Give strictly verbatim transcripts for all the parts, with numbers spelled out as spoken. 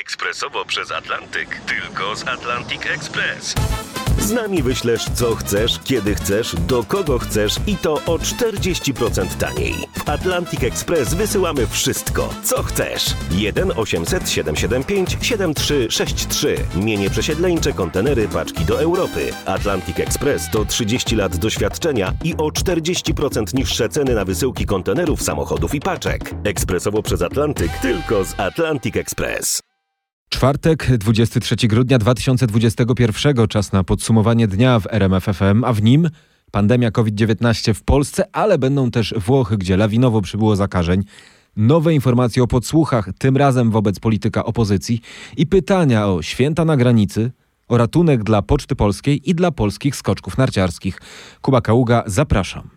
Ekspresowo przez Atlantyk. Tylko z Atlantic Express. Z nami wyślesz co chcesz, kiedy chcesz, do kogo chcesz i to o czterdzieści procent taniej. W Atlantic Express wysyłamy wszystko, co chcesz. jeden osiemset siedemset siedemdziesiąt pięć siedemdziesiąt trzy sześćdziesiąt trzy. Mienie przesiedleńcze, kontenery, paczki do Europy. Atlantic Express to trzydzieści lat doświadczenia i o czterdzieści procent niższe ceny na wysyłki kontenerów, samochodów i paczek. Ekspresowo przez Atlantyk, tylko z Atlantic Express. Czwartek, dwudziestego trzeciego grudnia dwa tysiące dwudziestego pierwszego. Czas na podsumowanie dnia w R M F F M, a w nim pandemia COVID dziewiętnaście w Polsce, ale będą też Włochy, gdzie lawinowo przybyło zakażeń. Nowe informacje o podsłuchach, tym razem wobec polityka opozycji i pytania o święta na granicy, o ratunek dla Poczty Polskiej i dla polskich skoczków narciarskich. Kuba Kaługa, zapraszam.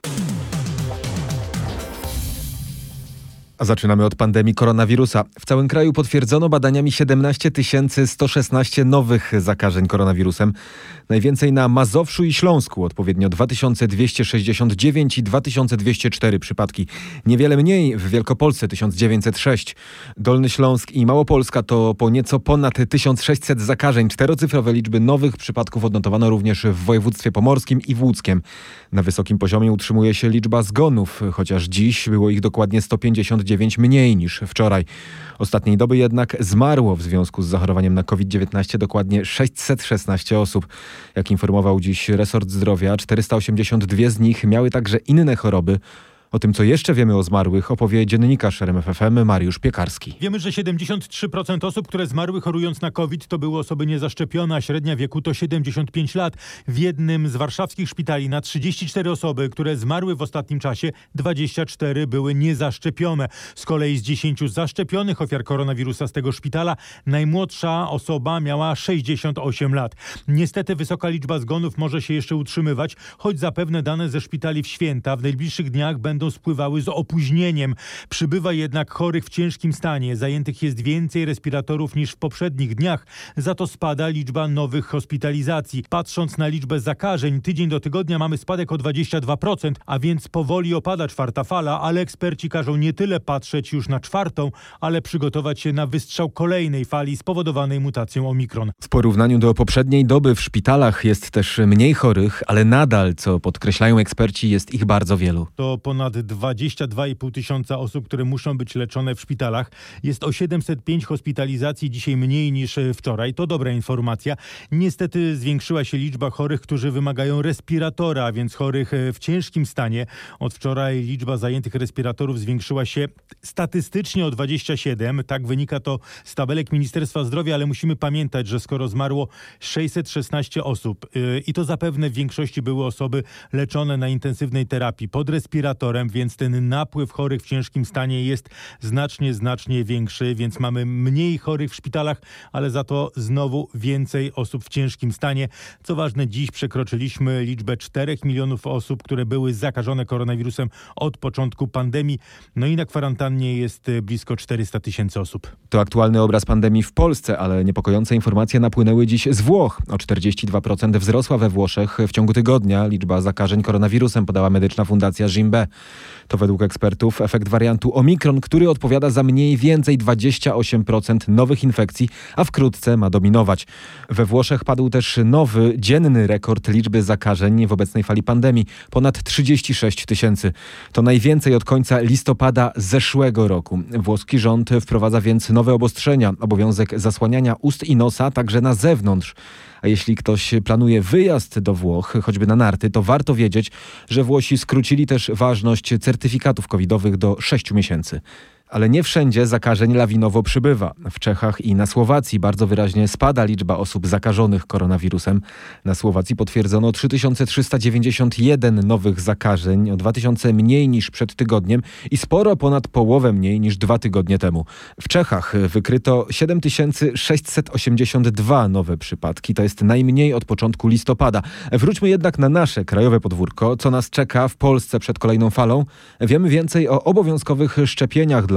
A zaczynamy od pandemii koronawirusa. W całym kraju potwierdzono badaniami siedemnaście tysięcy sto szesnaście nowych zakażeń koronawirusem. Najwięcej na Mazowszu i Śląsku, odpowiednio dwa tysiące dwieście sześćdziesiąt dziewięć i dwa tysiące dwieście cztery przypadki. Niewiele mniej w Wielkopolsce tysiąc dziewięćset sześć. Dolny Śląsk i Małopolska to po nieco ponad tysiąc sześćset zakażeń. Czterocyfrowe liczby nowych przypadków odnotowano również w województwie pomorskim i w łódzkiem. Na wysokim poziomie utrzymuje się liczba zgonów, chociaż dziś było ich dokładnie sto pięćdziesiąt dziewięć mniej niż wczoraj. Ostatniej doby jednak zmarło w związku z zachorowaniem na COVID dziewiętnaście dokładnie sześćset szesnaście osób. Jak informował dziś resort zdrowia, czterysta osiemdziesiąt dwie z nich miały także inne choroby. O tym, co jeszcze wiemy o zmarłych, opowie dziennikarz R M F F M Mariusz Piekarski. Wiemy, że siedemdziesiąt trzy procent osób, które zmarły chorując na COVID, to były osoby niezaszczepione, a średnia wieku to siedemdziesiąt pięć lat. W jednym z warszawskich szpitali na trzydzieści cztery osoby, które zmarły w ostatnim czasie, dwadzieścia cztery były niezaszczepione. Z kolei z dziesięciu zaszczepionych ofiar koronawirusa z tego szpitala najmłodsza osoba miała sześćdziesiąt osiem lat. Niestety wysoka liczba zgonów może się jeszcze utrzymywać, choć zapewne dane ze szpitali w święta w najbliższych dniach będą będą spływały z opóźnieniem. Przybywa jednak chorych w ciężkim stanie. Zajętych jest więcej respiratorów niż w poprzednich dniach. Za to spada liczba nowych hospitalizacji. Patrząc na liczbę zakażeń, tydzień do tygodnia mamy spadek o dwadzieścia dwa procent, a więc powoli opada czwarta fala, ale eksperci każą nie tyle patrzeć już na czwartą, ale przygotować się na wystrzał kolejnej fali spowodowanej mutacją Omikron. W porównaniu do poprzedniej doby w szpitalach jest też mniej chorych, ale nadal, co podkreślają eksperci, jest ich bardzo wielu. To ponad dwadzieścia dwa i pół tysiąca osób, które muszą być leczone w szpitalach. Jest o siedemset pięć hospitalizacji dzisiaj mniej niż wczoraj. To dobra informacja. Niestety zwiększyła się liczba chorych, którzy wymagają respiratora, a więc chorych w ciężkim stanie. Od wczoraj liczba zajętych respiratorów zwiększyła się statystycznie o dwadzieścia siedem. Tak wynika to z tabelek Ministerstwa Zdrowia, ale musimy pamiętać, że skoro zmarło sześćset szesnaście osób yy, i to zapewne w większości były osoby leczone na intensywnej terapii pod respiratorem, więc ten napływ chorych w ciężkim stanie jest znacznie, znacznie większy, więc mamy mniej chorych w szpitalach, ale za to znowu więcej osób w ciężkim stanie. Co ważne, dziś przekroczyliśmy liczbę czterech milionów osób, które były zakażone koronawirusem od początku pandemii. No i na kwarantannie jest blisko czterysta tysięcy osób. To aktualny obraz pandemii w Polsce, ale niepokojące informacje napłynęły dziś z Włoch. O czterdzieści dwa procent wzrosła we Włoszech w ciągu tygodnia liczba zakażeń koronawirusem, podała medyczna fundacja Gimbe. To według ekspertów efekt wariantu Omikron, który odpowiada za mniej więcej dwadzieścia osiem procent nowych infekcji, a wkrótce ma dominować. We Włoszech padł też nowy, dzienny rekord liczby zakażeń w obecnej fali pandemii. Ponad trzydzieści sześć tysięcy. To najwięcej od końca listopada zeszłego roku. Włoski rząd wprowadza więc nowe obostrzenia. Obowiązek zasłaniania ust i nosa także na zewnątrz. A jeśli ktoś planuje wyjazd do Włoch, choćby na narty, to warto wiedzieć, że Włosi skrócili też ważność certyfikatów covidowych do sześciu miesięcy. Ale nie wszędzie zakażeń lawinowo przybywa. W Czechach i na Słowacji bardzo wyraźnie spada liczba osób zakażonych koronawirusem. Na Słowacji potwierdzono trzy tysiące trzysta dziewięćdziesiąt jeden nowych zakażeń, o dwa tysiące mniej niż przed tygodniem i sporo ponad połowę mniej niż dwa tygodnie temu. W Czechach wykryto siedem tysięcy sześćset osiemdziesiąt dwa nowe przypadki. To jest najmniej od początku listopada. Wróćmy jednak na nasze krajowe podwórko. Co nas czeka w Polsce przed kolejną falą? Wiemy więcej o obowiązkowych szczepieniach dla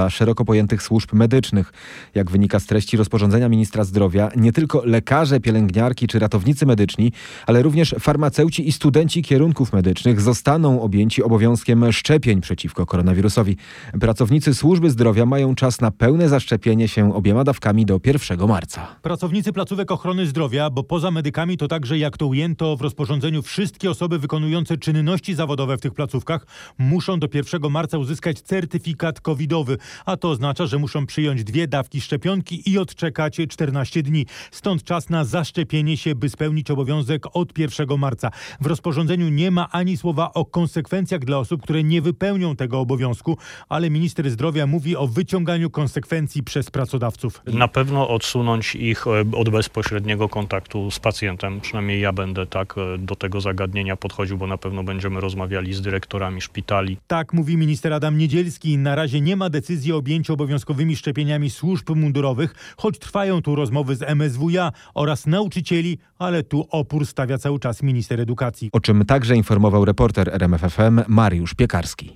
dla szeroko pojętych służb medycznych. Jak wynika z treści rozporządzenia ministra zdrowia, nie tylko lekarze, pielęgniarki czy ratownicy medyczni, ale również farmaceuci i studenci kierunków medycznych zostaną objęci obowiązkiem szczepień przeciwko koronawirusowi. Pracownicy służby zdrowia mają czas na pełne zaszczepienie się obiema dawkami do pierwszego marca. Pracownicy placówek ochrony zdrowia, bo poza medykami to także, jak to ujęto w rozporządzeniu, wszystkie osoby wykonujące czynności zawodowe w tych placówkach muszą do pierwszego marca uzyskać certyfikat covidowy, a to oznacza, że muszą przyjąć dwie dawki szczepionki i odczekać czternaście dni. Stąd czas na zaszczepienie się, by spełnić obowiązek od pierwszego marca. W rozporządzeniu nie ma ani słowa o konsekwencjach dla osób, które nie wypełnią tego obowiązku, ale minister zdrowia mówi o wyciąganiu konsekwencji przez pracodawców. Na pewno odsunąć ich od bezpośredniego kontaktu z pacjentem. Przynajmniej ja będę tak do tego zagadnienia podchodził, bo na pewno będziemy rozmawiali z dyrektorami szpitali. Tak mówi minister Adam Niedzielski. Na razie nie ma decyzji o objęciu obowiązkowymi szczepieniami służb mundurowych, choć trwają tu rozmowy z M S W iA oraz nauczycieli, ale tu opór stawia cały czas minister edukacji. O czym także informował reporter R M F F M Mariusz Piekarski.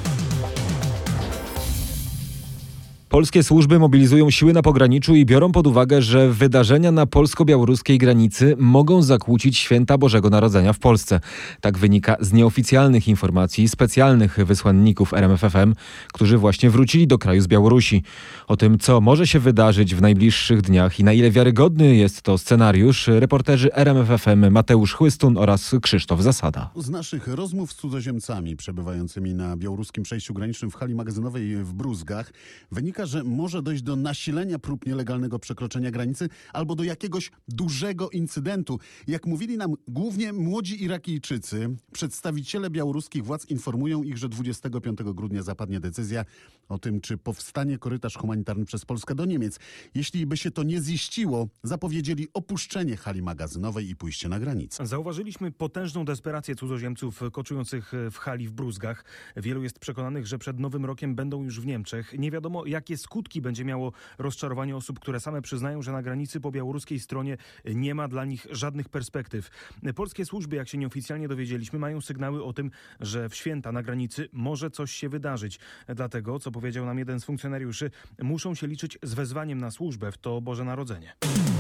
Polskie służby mobilizują siły na pograniczu i biorą pod uwagę, że wydarzenia na polsko-białoruskiej granicy mogą zakłócić święta Bożego Narodzenia w Polsce. Tak wynika z nieoficjalnych informacji specjalnych wysłanników R M F F M, którzy właśnie wrócili do kraju z Białorusi. O tym, co może się wydarzyć w najbliższych dniach i na ile wiarygodny jest to scenariusz, reporterzy R M F F M Mateusz Chłystun oraz Krzysztof Zasada. Z naszych rozmów z cudzoziemcami przebywającymi na białoruskim przejściu granicznym w hali magazynowej w Bruzgach wynika, że może dojść do nasilenia prób nielegalnego przekroczenia granicy albo do jakiegoś dużego incydentu. Jak mówili nam głównie młodzi Irakijczycy, przedstawiciele białoruskich władz informują ich, że dwudziestego piątego grudnia zapadnie decyzja o tym, czy powstanie korytarz humanitarny przez Polskę do Niemiec. Jeśli by się to nie ziściło, zapowiedzieli opuszczenie hali magazynowej i pójście na granicę. Zauważyliśmy potężną desperację cudzoziemców koczujących w hali w Bruzgach. Wielu jest przekonanych, że przed Nowym Rokiem będą już w Niemczech. Nie wiadomo, jakie skutki będzie miało rozczarowanie osób, które same przyznają, że na granicy po białoruskiej stronie nie ma dla nich żadnych perspektyw. Polskie służby, jak się nieoficjalnie dowiedzieliśmy, mają sygnały o tym, że w święta na granicy może coś się wydarzyć. Dlatego, co powiedział nam jeden z funkcjonariuszy, muszą się liczyć z wezwaniem na służbę w to Boże Narodzenie.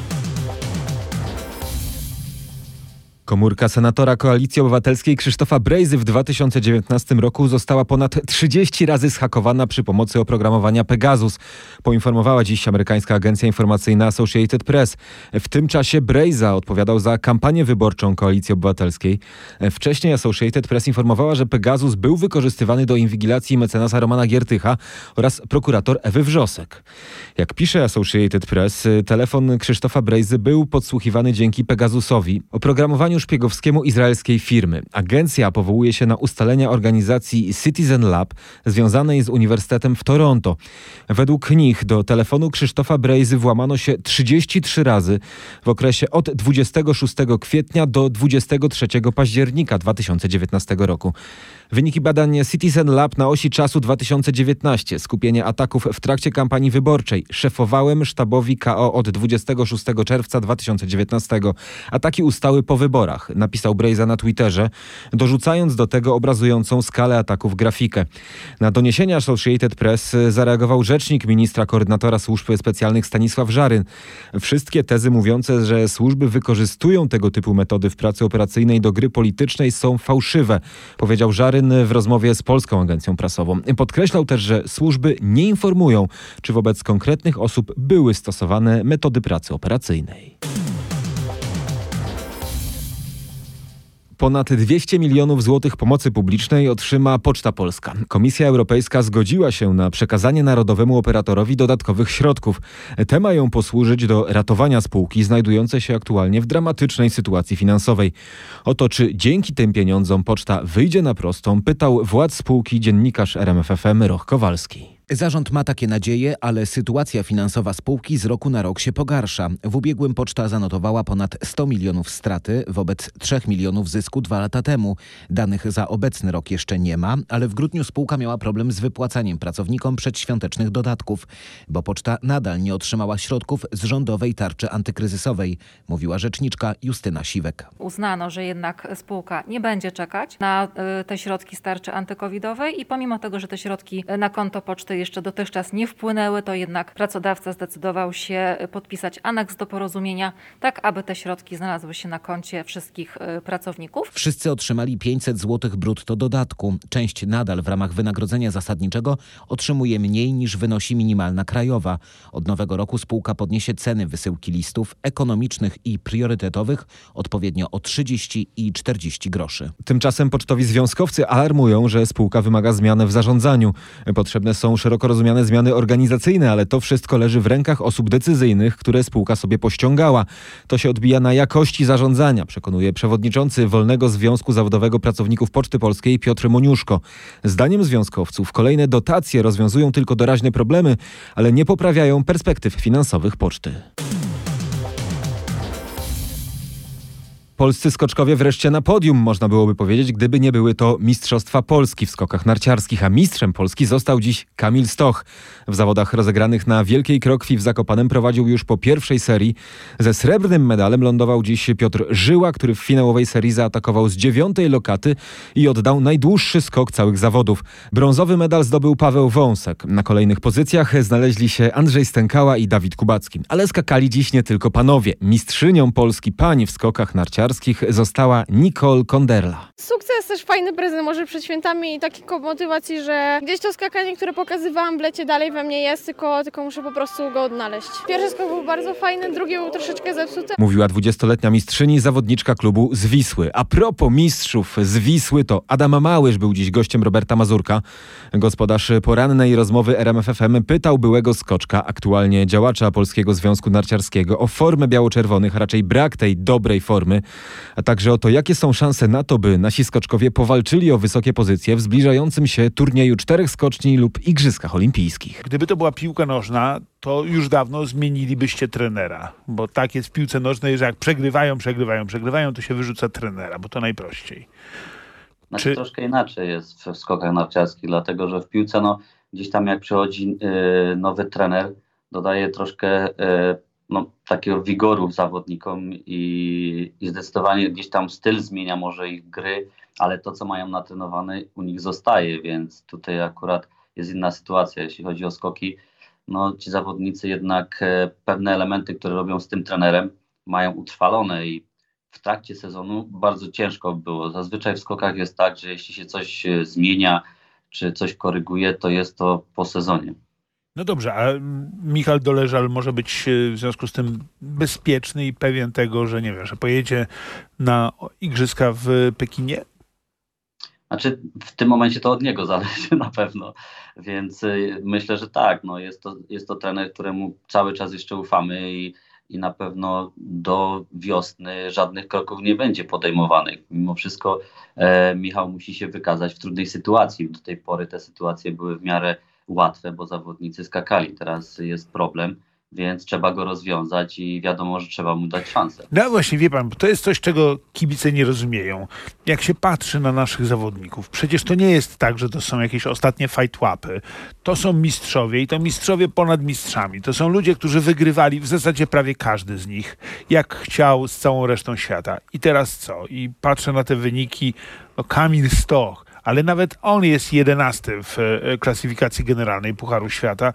Komórka senatora Koalicji Obywatelskiej Krzysztofa Brejzy w dwa tysiące dziewiętnastym roku została ponad trzydzieści razy zhakowana przy pomocy oprogramowania Pegasus, poinformowała dziś amerykańska agencja informacyjna Associated Press. W tym czasie Brejza odpowiadał za kampanię wyborczą Koalicji Obywatelskiej. Wcześniej Associated Press informowała, że Pegasus był wykorzystywany do inwigilacji mecenasa Romana Giertycha oraz prokurator Ewy Wrzosek. Jak pisze Associated Press, telefon Krzysztofa Brejzy był podsłuchiwany dzięki Pegasusowi, oprogramowaniu szpiegowskiemu izraelskiej firmy. Agencja powołuje się na ustalenia organizacji Citizen Lab związanej z Uniwersytetem w Toronto. Według nich do telefonu Krzysztofa Brejzy włamano się trzydzieści trzy razy w okresie od dwudziestego szóstego kwietnia do dwudziestego trzeciego października dwa tysiące dziewiętnastego roku. Wyniki badań Citizen Lab na osi czasu dwa tysiące dziewiętnaście. Skupienie ataków w trakcie kampanii wyborczej. Szefowałem sztabowi K O od dwudziestego szóstego czerwca dwa tysiące dziewiętnastego. Ataki ustały po wyborach, napisał Brejza na Twitterze, dorzucając do tego obrazującą skalę ataków grafikę. Na doniesienia Associated Press zareagował rzecznik ministra koordynatora służb specjalnych Stanisław Żaryn. Wszystkie tezy mówiące, że służby wykorzystują tego typu metody w pracy operacyjnej do gry politycznej są fałszywe, powiedział Żaryn w rozmowie z Polską Agencją Prasową. Podkreślał też, że służby nie informują, czy wobec konkretnych osób były stosowane metody pracy operacyjnej. Ponad dwieście milionów złotych pomocy publicznej otrzyma Poczta Polska. Komisja Europejska zgodziła się na przekazanie narodowemu operatorowi dodatkowych środków. Te mają posłużyć do ratowania spółki znajdującej się aktualnie w dramatycznej sytuacji finansowej. O to, czy dzięki tym pieniądzom Poczta wyjdzie na prostą, pytał władz spółki dziennikarz R M F F M Roch Kowalski. Zarząd ma takie nadzieje, ale sytuacja finansowa spółki z roku na rok się pogarsza. W ubiegłym Poczta zanotowała ponad sto milionów straty wobec trzech milionów zysku dwa lata temu. Danych za obecny rok jeszcze nie ma, ale w grudniu spółka miała problem z wypłacaniem pracownikom przedświątecznych dodatków, bo Poczta nadal nie otrzymała środków z rządowej tarczy antykryzysowej, mówiła rzeczniczka Justyna Siwek. Uznano, że jednak spółka nie będzie czekać na te środki z tarczy antykowidowej i pomimo tego, że te środki na konto Poczty wypłaty jeszcze dotychczas nie wpłynęły, to jednak pracodawca zdecydował się podpisać aneks do porozumienia, tak aby te środki znalazły się na koncie wszystkich pracowników. Wszyscy otrzymali pięćset złotych brutto dodatku. Część nadal w ramach wynagrodzenia zasadniczego otrzymuje mniej niż wynosi minimalna krajowa. Od nowego roku spółka podniesie ceny wysyłki listów ekonomicznych i priorytetowych odpowiednio o trzydzieści i czterdzieści groszy. Tymczasem pocztowi związkowcy alarmują, że spółka wymaga zmian w zarządzaniu. Potrzebne są szeroko rozumiane zmiany organizacyjne, ale to wszystko leży w rękach osób decyzyjnych, które spółka sobie pościągała. To się odbija na jakości zarządzania, przekonuje przewodniczący Wolnego Związku Zawodowego Pracowników Poczty Polskiej Piotr Moniuszko. Zdaniem związkowców kolejne dotacje rozwiązują tylko doraźne problemy, ale nie poprawiają perspektyw finansowych poczty. Polscy skoczkowie wreszcie na podium, można byłoby powiedzieć, gdyby nie były to Mistrzostwa Polski w skokach narciarskich, a mistrzem Polski został dziś Kamil Stoch. W zawodach rozegranych na Wielkiej Krokwi w Zakopanem prowadził już po pierwszej serii. Ze srebrnym medalem lądował dziś Piotr Żyła, który w finałowej serii zaatakował z dziewiątej lokaty i oddał najdłuższy skok całych zawodów. Brązowy medal zdobył Paweł Wąsek. Na kolejnych pozycjach znaleźli się Andrzej Stękała i Dawid Kubacki. Ale skakali dziś nie tylko panowie. Mistrzynią Polski pań w skokach narciarskich została Nicole Konderla. Sukces, też fajny prezent może przed świętami i taki motywacji, że gdzieś to skakanie, które pokazywałam w lecie, dalej we mnie jest, tylko, tylko muszę po prostu go odnaleźć. Pierwszy skok był bardzo fajny, drugi był troszeczkę zepsuty. Mówiła dwudziestoletnia mistrzyni, zawodniczka klubu z Wisły. A propos mistrzów z Wisły, to Adam Małysz był dziś gościem Roberta Mazurka. Gospodarz porannej rozmowy R M F F M pytał byłego skoczka, aktualnie działacza Polskiego Związku Narciarskiego, o formę biało-czerwonych, a raczej brak tej dobrej formy, a także o to, jakie są szanse na to, by nasi skoczkowie powalczyli o wysokie pozycje w zbliżającym się turnieju czterech skoczni lub Igrzyskach Olimpijskich. Gdyby to była piłka nożna, to już dawno zmienilibyście trenera, bo tak jest w piłce nożnej, że jak przegrywają, przegrywają, przegrywają, to się wyrzuca trenera, bo to najprościej. Znaczy, Czy... Troszkę inaczej jest w skokach narciarskich, dlatego że w piłce, no gdzieś tam jak przychodzi yy, nowy trener, dodaje troszkę yy, no, takiego wigoru zawodnikom i, i zdecydowanie gdzieś tam styl zmienia może ich gry, ale to, co mają natrenowane, u nich zostaje, więc tutaj akurat jest inna sytuacja. Jeśli chodzi o skoki, no ci zawodnicy jednak e, pewne elementy, które robią z tym trenerem, mają utrwalone i w trakcie sezonu bardzo ciężko było. Zazwyczaj w skokach jest tak, że jeśli się coś e, zmienia, czy coś koryguje, to jest to po sezonie. No dobrze, a Michał Doleżal może być w związku z tym bezpieczny i pewien tego, że nie wiem, że pojedzie na Igrzyska w Pekinie? Znaczy w tym momencie to od niego zależy na pewno, więc y, myślę, że tak, no jest to, jest to trener, któremu cały czas jeszcze ufamy i, i na pewno do wiosny żadnych kroków nie będzie podejmowanych. Mimo wszystko e, Michał musi się wykazać w trudnej sytuacji. Do tej pory te sytuacje były w miarę łatwe, bo zawodnicy skakali. Teraz jest problem, więc trzeba go rozwiązać i wiadomo, że trzeba mu dać szansę. No właśnie, wie pan, bo to jest coś, czego kibice nie rozumieją. Jak się patrzy na naszych zawodników, przecież to nie jest tak, że to są jakieś ostatnie fajtłapy. To są mistrzowie i to mistrzowie ponad mistrzami. To są ludzie, którzy wygrywali w zasadzie prawie każdy z nich, jak chciał z całą resztą świata. I teraz co? I patrzę na te wyniki, no Kamil Stoch, ale nawet on jest jedenasty w klasyfikacji generalnej Pucharu Świata,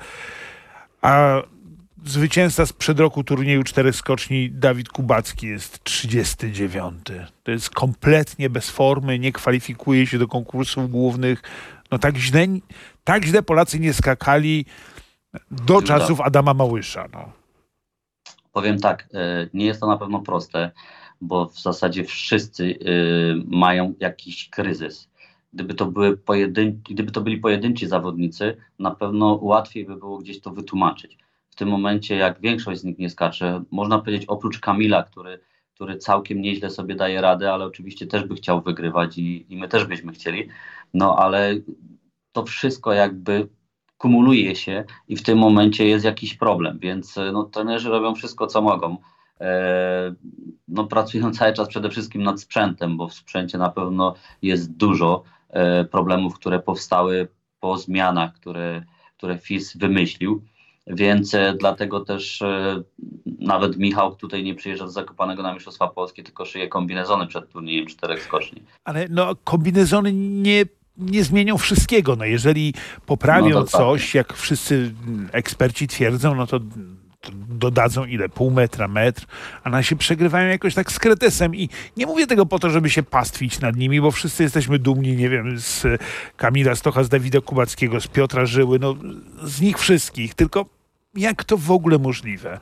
a zwycięzca sprzed roku turnieju czterech skoczni Dawid Kubacki jest trzydziesty dziewiąty. To jest kompletnie bez formy, nie kwalifikuje się do konkursów głównych. No tak źle, tak źle Polacy nie skakali do czasów Adama Małysza. No. Powiem tak, nie jest to na pewno proste, bo w zasadzie wszyscy mają jakiś kryzys. Gdyby to, były pojedyn- gdyby to byli pojedynczy zawodnicy, na pewno łatwiej by było gdzieś to wytłumaczyć. W tym momencie, jak większość z nich nie skacze, można powiedzieć oprócz Kamila, który, który całkiem nieźle sobie daje radę, ale oczywiście też by chciał wygrywać i, i my też byśmy chcieli, no ale to wszystko jakby kumuluje się i w tym momencie jest jakiś problem, więc no, trenerzy robią wszystko, co mogą. E, no, pracują cały czas przede wszystkim nad sprzętem, bo w sprzęcie na pewno jest dużo e, problemów, które powstały po zmianach, które, które F I S wymyślił. Więc e, dlatego też e, nawet Michał tutaj nie przyjeżdża z Zakopanego na Mistrzostwa Polskie, tylko szyje kombinezony przed turniejem czterech skoczni. Ale no kombinezony nie nie zmienią wszystkiego. No jeżeli poprawią No dokładnie. coś, jak wszyscy eksperci twierdzą, no to dodadzą ile? Pół metra, metr, a na się przegrywają jakoś tak z kretesem. I nie mówię tego po to, żeby się pastwić nad nimi, bo wszyscy jesteśmy dumni, nie wiem, z Kamila Stocha, z Dawida Kubackiego, z Piotra Żyły, no z nich wszystkich. Tylko jak to w ogóle możliwe?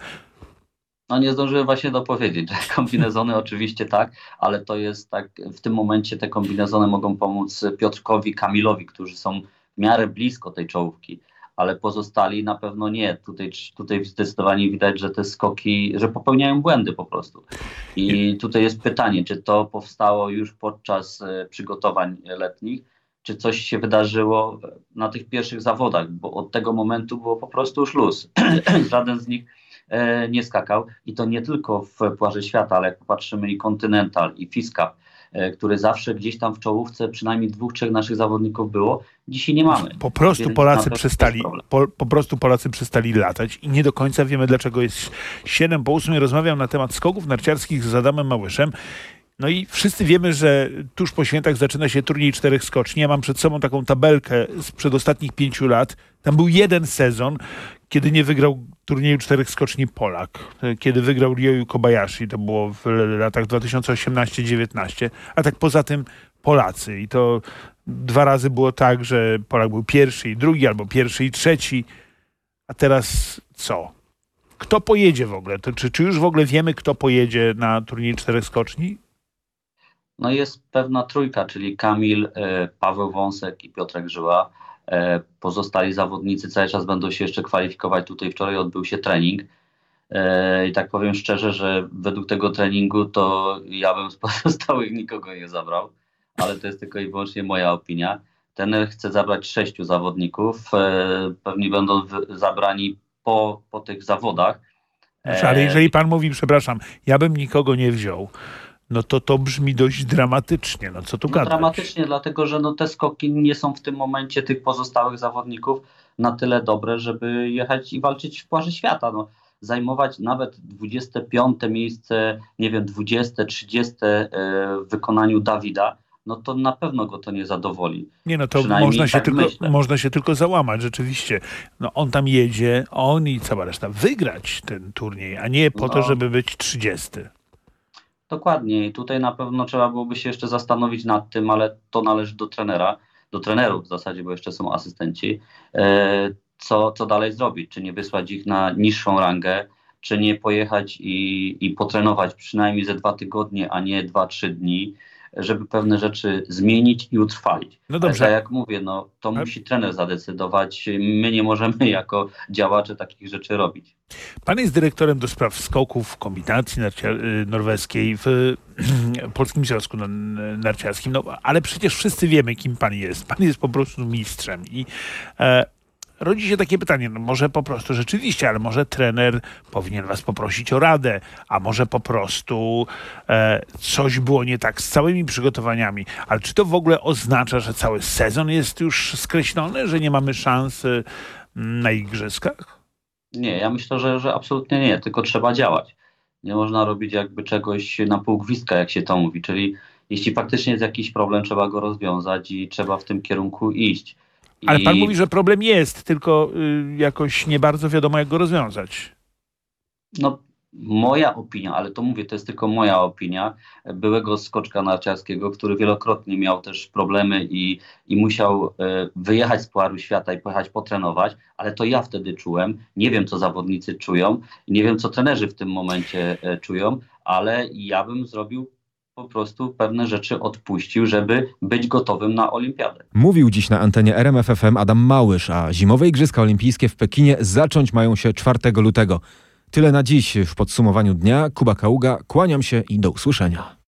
No nie zdążyłem właśnie dopowiedzieć, że kombinezony oczywiście tak, ale to jest tak, w tym momencie te kombinezony mogą pomóc Piotrkowi, Kamilowi, którzy są w miarę blisko tej czołówki, ale pozostali na pewno nie. Tutaj, tutaj zdecydowanie widać, że te skoki, że popełniają błędy po prostu. I tutaj jest pytanie, czy to powstało już podczas przygotowań letnich, czy coś się wydarzyło na tych pierwszych zawodach, bo od tego momentu było po prostu już luz. Żaden z nich nie skakał i to nie tylko w Pucharze Świata, ale jak popatrzymy i Continental, i F I S Cup, które zawsze gdzieś tam w czołówce przynajmniej dwóch, trzech naszych zawodników było, dzisiaj nie mamy. Po prostu Więc Polacy na przestali, po, po prostu Polacy przestali latać i nie do końca wiemy, dlaczego jest siedem po ósmej. Rozmawiam na temat skoków narciarskich z Adamem Małyszem. No i wszyscy wiemy, że tuż po świętach zaczyna się turniej czterech skoczni. Ja mam przed sobą taką tabelkę sprzed ostatnich pięciu lat. Tam był jeden sezon, kiedy nie wygrał turnieju czterech skoczni Polak. Kiedy wygrał Ryoyu Kobayashi, to było w latach dwa tysiące osiemnaście dziewiętnaście. A tak poza tym Polacy. I to dwa razy było tak, że Polak był pierwszy i drugi, albo pierwszy i trzeci. A teraz co? Kto pojedzie w ogóle? To czy, czy już w ogóle wiemy, kto pojedzie na turniej czterech skoczni? No jest pewna trójka, czyli Kamil, Paweł Wąsek i Piotrek Żyła. Pozostali zawodnicy cały czas będą się jeszcze kwalifikować. Tutaj wczoraj odbył się trening. I tak powiem szczerze, że według tego treningu to ja bym z pozostałych nikogo nie zabrał, ale to jest tylko i wyłącznie moja opinia. Trener chce zabrać sześciu zawodników. Pewnie będą zabrani po, po tych zawodach. Znaczy, ale jeżeli pan mówi, przepraszam, ja bym nikogo nie wziął, no to to brzmi dość dramatycznie. No co tu no, gadać? Dramatycznie, dlatego że no, te skoki nie są w tym momencie tych pozostałych zawodników na tyle dobre, żeby jechać i walczyć w Pucharze Świata. No, zajmować nawet dwudzieste piąte miejsce, nie wiem, dwudzieste, trzydzieste w wykonaniu Dawida, no to na pewno go to nie zadowoli. Nie, no to można się, tak tylko, można się tylko załamać, rzeczywiście. No on tam jedzie, on i cała reszta wygrać ten turniej, a nie po no. to, żeby być trzydziesty. Dokładnie i tutaj na pewno trzeba byłoby się jeszcze zastanowić nad tym, ale to należy do trenera, do trenerów w zasadzie, bo jeszcze są asystenci, co, co dalej zrobić, czy nie wysłać ich na niższą rangę, czy nie pojechać i, i potrenować przynajmniej ze dwa tygodnie, a nie dwa, trzy dni, żeby pewne rzeczy zmienić i utrwalić. No dobrze. Ale tak jak mówię, no, to musi trener zadecydować. My nie możemy jako działacze takich rzeczy robić. Pan jest dyrektorem do spraw skoków, kombinacji norweskiej w Polskim Związku Narciarskim, no ale przecież wszyscy wiemy, kim pan jest. Pan jest po prostu mistrzem i e, rodzi się takie pytanie, no może po prostu rzeczywiście, ale może trener powinien was poprosić o radę, a może po prostu e, coś było nie tak z całymi przygotowaniami. Ale czy to w ogóle oznacza, że cały sezon jest już skreślony, że nie mamy szans e, na igrzyskach? Nie, ja myślę, że, że absolutnie nie, tylko trzeba działać. Nie można robić jakby czegoś na pół gwizdka, jak się to mówi, czyli jeśli faktycznie jest jakiś problem, trzeba go rozwiązać i trzeba w tym kierunku iść. Ale pan I... mówi, że problem jest, tylko y, jakoś nie bardzo wiadomo, jak go rozwiązać. No, moja opinia, ale to mówię, to jest tylko moja opinia, byłego skoczka narciarskiego, który wielokrotnie miał też problemy i, i musiał y, wyjechać z Pucharu Świata i pojechać potrenować, ale to ja wtedy czułem, nie wiem, co zawodnicy czują, nie wiem, co trenerzy w tym momencie y, czują, ale ja bym zrobił po prostu pewne rzeczy odpuścił, żeby być gotowym na olimpiadę. Mówił dziś na antenie R M F F M Adam Małysz, a zimowe Igrzyska Olimpijskie w Pekinie zacząć mają się czwartego lutego. Tyle na dziś w podsumowaniu dnia. Kuba Kaługa, kłaniam się i do usłyszenia.